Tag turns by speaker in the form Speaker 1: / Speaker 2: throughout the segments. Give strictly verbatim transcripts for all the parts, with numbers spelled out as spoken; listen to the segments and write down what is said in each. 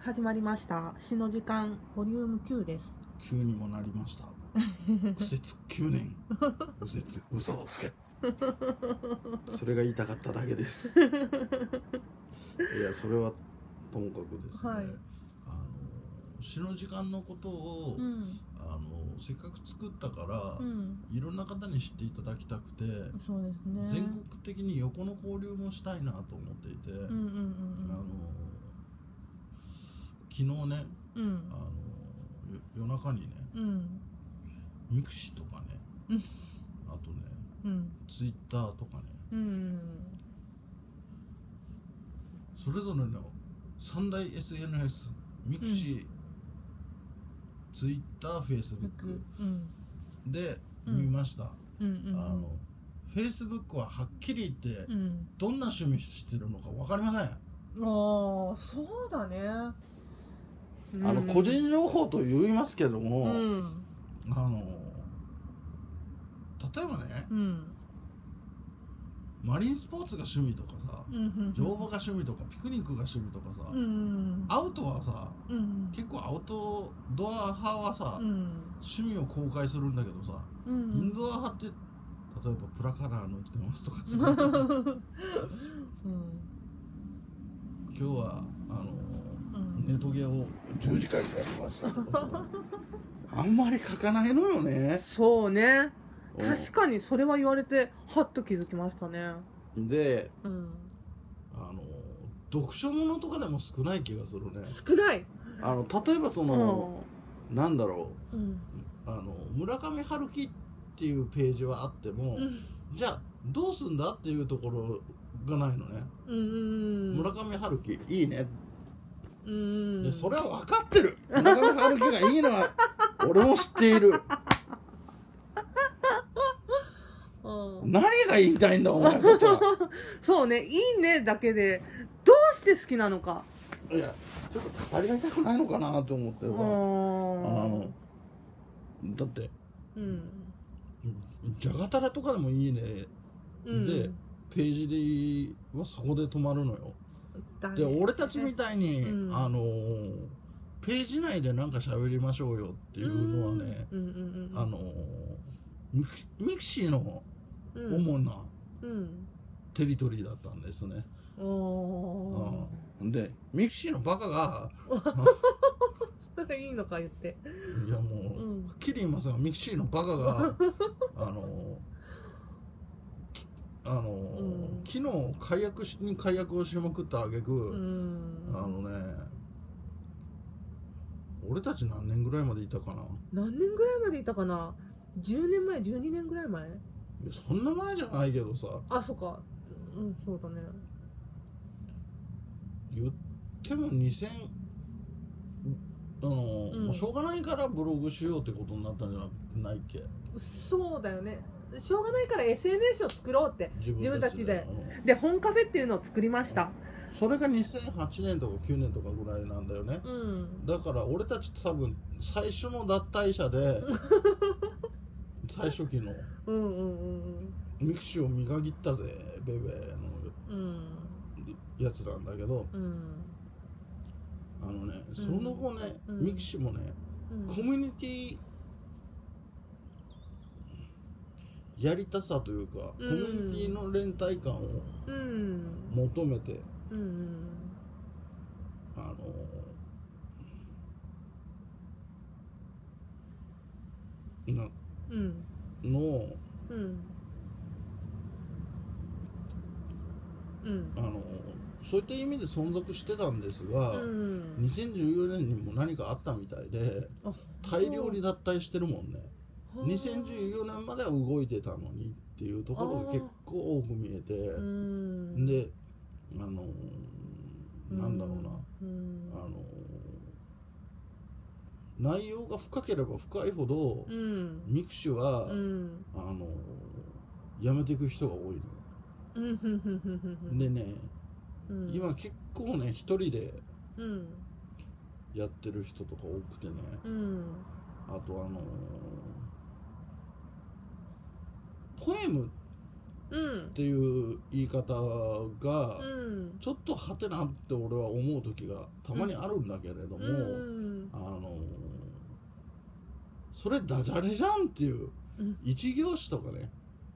Speaker 1: 始まりました詩の時間ボリュームきゅうです。
Speaker 2: きゅうにもなりました苦節きゅうねん右折嘘をつけそれが言いたかっただけですいやそれはともかくですね、はい、あの詩の時間のことを、うん、あのせっかく作ったから、うん、いろんな方に知っていただきたくて、
Speaker 1: そうですね、
Speaker 2: 全国的に横の交流もしたいなと思っていて、うんうんうんうん、あの昨日ね、うん、あの夜中にね、うん、ミクシーとかね、うん、あとね、うん、ツイッターとかね、うん、それぞれの三大 エスエヌエス ミクシー、うん、ツイッター、フェイスブックで見ました。あのフェイスブックははっきり言って、うん、どんな趣味してるのか分かりません。あ
Speaker 1: あ、そうだね。
Speaker 2: あの個人情報と言いますけども、うん、あの例えばね、うん、マリンスポーツが趣味とかさ、うん、乗馬が趣味とかピクニックが趣味とかさ、うん、アウトはさ、うん、結構アウトドア派はさ、うん、趣味を公開するんだけどさ、うん、インドア派って例えばプラカラー塗ってますとかさ、うん、今日はあのネトゲをじゅうじかんやりましたけどさあんまり書かないのよね。
Speaker 1: そうね、確かにそれは言われてはっと気づきましたね。
Speaker 2: で、うん、あの読書物とかでも少ない気がするね。
Speaker 1: 少ない。
Speaker 2: あの例えばその、うん、なんだろう、うん、あの村上春樹っていうページはあっても、うん、じゃあどうすんだっていうところがないのね。うん、村上春樹いいね、うん、でそれは分かってる。村上春樹がいいのは俺も知っている何が言いたいんだお前こっちは
Speaker 1: そうね、いいねだけでどうして好きなのか。
Speaker 2: いやちょっと語りが痛くないのかなと思ってさ、あのだって、うん、じゃがたらとかでもいいね、うん、でページではそこで止まるのよ。で俺たちみたいに、うん、あのページ内でなんか喋りましょうよっていうのはね、あのミク、ミクシーの主なテリトリーだったんですね。うんうん、でミクシーのバカが
Speaker 1: それいいのか言って。
Speaker 2: いやもう、うん、はっきり言いますがミクシーのバカがあのあの、うん、昨日解約しに解約をしまくった挙句、うん、あのね俺たち何年ぐらいまでいたかな。
Speaker 1: 何年ぐらいまでいたかな。じゅうねんまえ、じゅうにねんぐらい前。いや
Speaker 2: そんな前じゃないけどさ。
Speaker 1: あ、そっか、うん、そうだね。
Speaker 2: 言ってもにせんあの、うん、もうしょうがないからブログしようってことになったんじゃないっけ。
Speaker 1: そうだよね、しょうがないから エスエヌエス を作ろうって自分たちで、うん、で本カフェっていうのを作りました。
Speaker 2: それがにせんはちねんとかきゅうねんとかぐらいなんだよね、うん、だから俺たち多分最初の脱退者で最初期のミクシーを磨きったぜベベのやつなんだけど、うん、あのね、その後ね、うん、ミクシーもね、うん、コミュニティやりたさというか、うん、コミュニティの連帯感を求めて、うん、あのな、うん、の、うんうん、あのそういった意味で存続してたんですが、うん、にせんじゅうよねんにも何かあったみたいで大量に脱退してるもんね。にせんじゅうよねんまでは動いてたのにっていうところが結構多く見えて、であのなんだろうな、あの内容が深ければ深いほど、うん、ミクシーは、うん、あのやめていく人が多いの、うん、でね、うん、今結構ね一人でやってる人とか多くてね、うん、あとあのポエムっていう言い方がちょっとはてなって俺は思う時がたまにあるんだけれども、あのそれダジャレじゃんっていう一行詞とかね、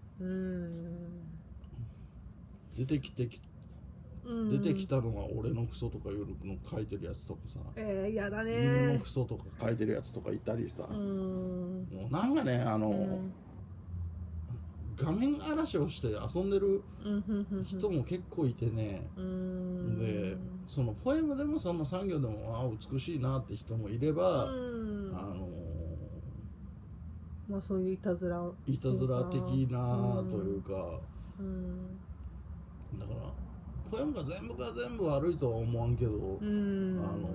Speaker 2: 出てきてき出てきたのが俺のクソとかいうの書いてるやつとかさ、
Speaker 1: えー、やだね
Speaker 2: ー犬のクソとか書いてるやつとかいたりさ、もうなんかね、あの、うん、画面荒らしをして遊んでる人も結構いてね、でそのポエムでもその産業でもあ美しいなって人もいれば、あの
Speaker 1: まあそういういたずら
Speaker 2: いたずら的なというか、だからポエムが全部が全部悪いとは思わんけど、あの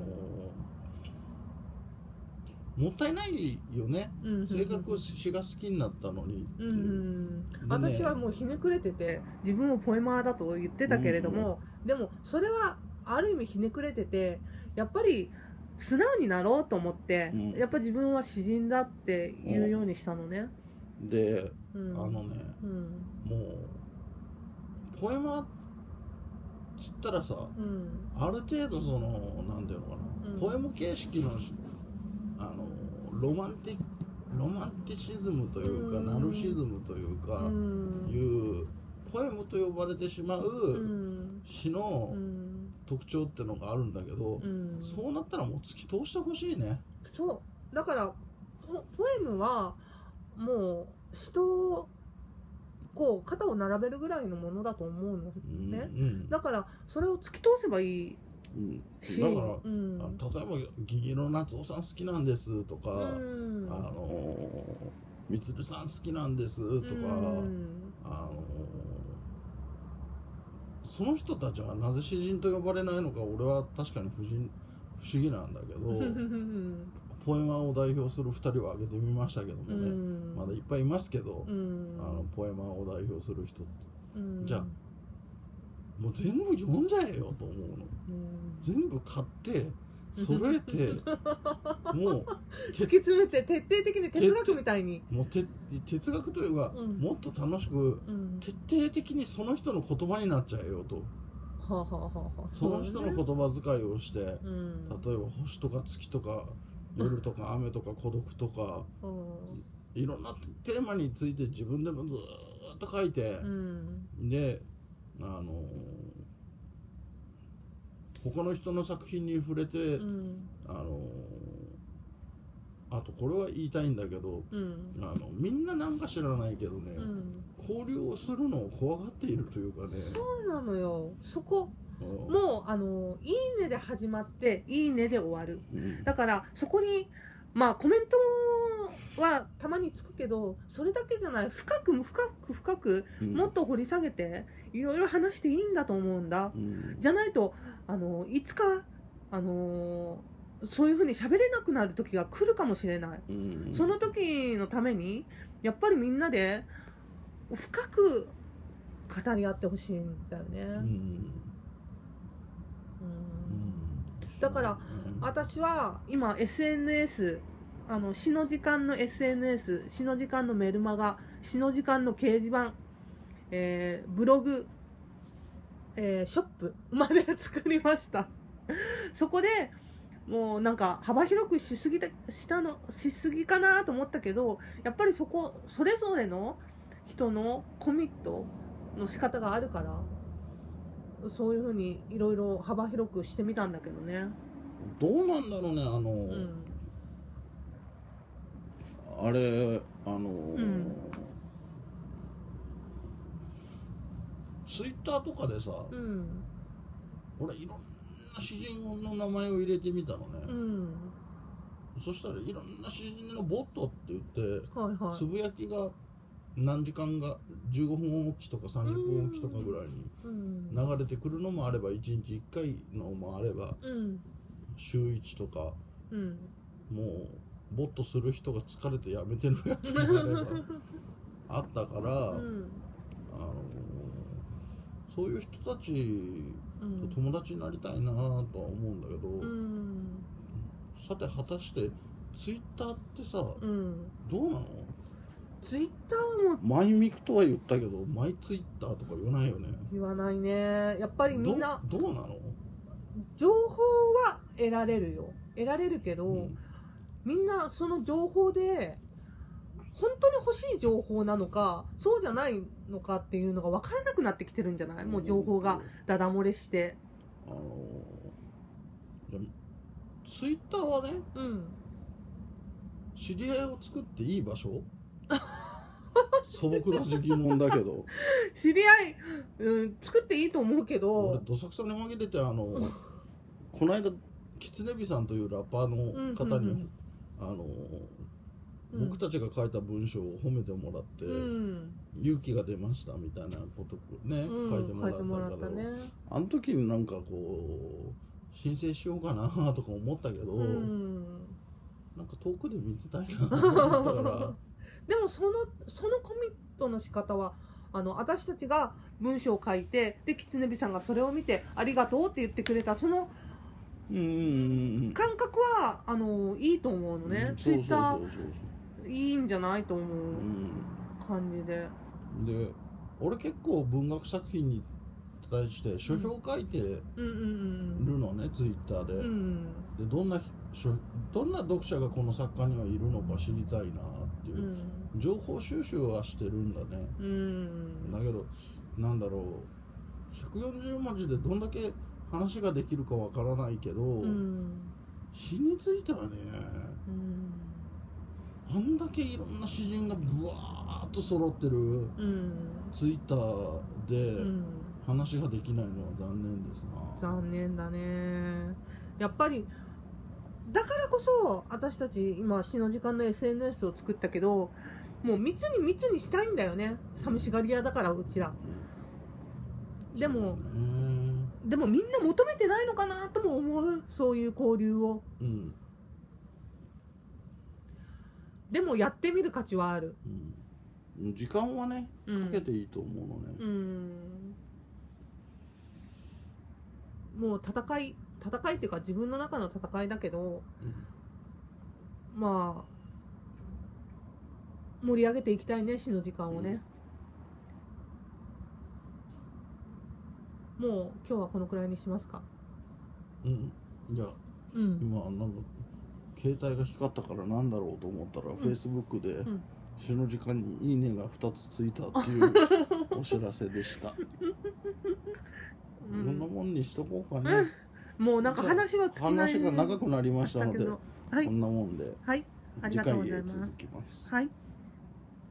Speaker 2: もったいないよね、性格詩が好きになったのにっていう、うん、
Speaker 1: ね、私はもうひねくれてて自分をポエマーだと言ってたけれども、うん、でもそれはある意味ひねくれててやっぱり素直になろうと思って、うん、やっぱ自分は詩人だって言うようにしたのね、
Speaker 2: うん、で、うん、あのね、うん、もうポエマーつったらさ、うん、ある程度そのなんていうのかな、うん、ポエム形式のあのロマンティロマンティシズムというか、うん、ナルシズムというか、うん、いうポエムと呼ばれてしまう詩の特徴ってのがあるんだけど、うん、そうなったらもう突き通してほしいね。
Speaker 1: そうだからポエムはもう詩とこう肩を並べるぐらいのものだと思うのね、うんうん、だからそれを突き通せばいいし、
Speaker 2: うん、だから、うん、例えば銀色夏夫さん好きなんですとか、うん、あのみつるさん好きなんですとか、うん、あのその人たちはなぜ詩人と呼ばれないのか俺は確かに不思議なんだけどポエマーを代表するふたりを挙げてみましたけどもね、うん、まだいっぱいいますけど、うん、あのポエマーを代表する人って、うん、じゃあもう全部読んじゃえよと思うの、うん、全部買って揃えてもう
Speaker 1: 突き詰めて徹底的に哲学みたいに
Speaker 2: もうて哲学というか、うん、もっと楽しく、うん、徹底的にその人の言葉になっちゃえよと、はあはあはあ、その人の言葉遣いをして、うん、例えば星とか月とか夜とか雨とか孤独とか、うん、いろんなテーマについて自分でもずっと書いて、うん、であのー、他の人の作品に触れて、うん、あのー、あとこれは言いたいんだけど、うん、あのみんななんか知らないけどね、うん、交流をするのを怖がっているというかね。
Speaker 1: そうなのよ。そこもうあのいいねで始まっていいねで終わる、うん、だからそこにまあコメントはたまにつくけどそれだけじゃない、深く深く深くもっと掘り下げていろいろ話していいんだと思うんだ、うん、じゃないとあのいつかあのそういうふうに喋れなくなる時が来るかもしれない、うん、その時のためにやっぱりみんなで深く語り合ってほしいんだよね、うんだから、うん、私は今 エスエヌエス あの詩の時間の エスエヌエス 詩の時間のメルマガ、詩の時間の掲示板、えー、ブログ、えー、ショップまで作りましたそこでもうなんか幅広くしすぎたしたのしすぎかなと思ったけど、やっぱりそこそれぞれの人のコミットの仕方があるからそういうふうにいろいろ幅広くしてみたんだけどね。
Speaker 2: どうなんだろうね、あの、うん、あれあの、うん、ツイッターとかでさ、うん、俺いろんな詩人の名前を入れてみたのね、うん、そしたらいろんな詩人のボットって言って、はいはい、つぶやきが何時間がじゅうごふんおきとかさんじゅっぷんおきとかぐらいに流れてくるのもあればいちにちいっかいのもあれば、うん、週いちとか、うん、もうボットする人が疲れてやめてるやつもあればあったから、うん、あのそういう人たちと友達になりたいなとは思うんだけど、うん、さて果たしてツイッターってさ、うん、どうなの？
Speaker 1: ツイッターも
Speaker 2: マイミクとは言ったけどマイツイッターとか言わないよね。
Speaker 1: 言わないね。やっぱりみんな
Speaker 2: どうなの？
Speaker 1: 情報は得られるよ、得られるけど、うん、みんなその情報で本当に欲しい情報なのかそうじゃないのかっていうのが分からなくなってきてるんじゃない？もう情報がダダ漏れして、あの
Speaker 2: ー、ツイッターはね、うん、知り合いを作っていい場所素朴な疑問だけど
Speaker 1: 知り合い、うん、作っていいと思うけど、
Speaker 2: 俺どさくさに紛れてあのこの間キツネビさんというラッパーの方に、うんうんうん、あの僕たちが書いた文章を褒めてもらって、うん、勇気が出ましたみたいなことね、うん、書いてもらったから、ね、あの時になんかこう申請しようかなとか思ったけど、うん、なんか遠くで見てたいなと思ったから
Speaker 1: でもそのそのコミットの仕方はあの私たちが文章を書いてでキツネビさんがそれを見てありがとうって言ってくれたその感覚はあのいいと思うのね。ツイッターいいんじゃないと思う感じで、
Speaker 2: うん、で俺結構文学作品に対して書評を書いてるのね、ツイッターで、うん、でどんなどんな読者がこの作家にはいるのか知りたいなっていう、うん、情報収集はしてるんだね、うん、だけどなんだろうひゃくよんじゅうまじでどんだけ話ができるかわからないけど、うん、詩についてはね、うん、あんだけいろんな詩人がブワーっと揃ってる、うん、ツイッターで話ができないのは残念ですな。
Speaker 1: 残念だね。やっぱりだからこそ私たち今詩の時間の エスエヌエス を作ったけどもう密に密にしたいんだよね。寂しがり屋だからうちら。でもでもみんな求めてないのかなとも思う、そういう交流を、うん、でもやってみる価値はある、
Speaker 2: うん、時間はねかけていいと思うのね、うん
Speaker 1: うん、もう戦い戦いっていうか自分の中の戦いだけど、うん、まあ盛り上げていきたいね詩の時間をね、うん、もう今日はこのくらいにしますか。
Speaker 2: うんじゃあ、うん、今なんか携帯が光ったからなんだろうと思ったら、うん、Facebook で詩の時間にいいねがふたつついたっていうお知らせでした、うん、こんなもんにしとこうかね、
Speaker 1: うん、もうなんか話が尽きない、
Speaker 2: 話が長くなりましたので、はい、こんなもんで、
Speaker 1: はい、ありがとうございます。
Speaker 2: 次回へ続きます。
Speaker 1: はい。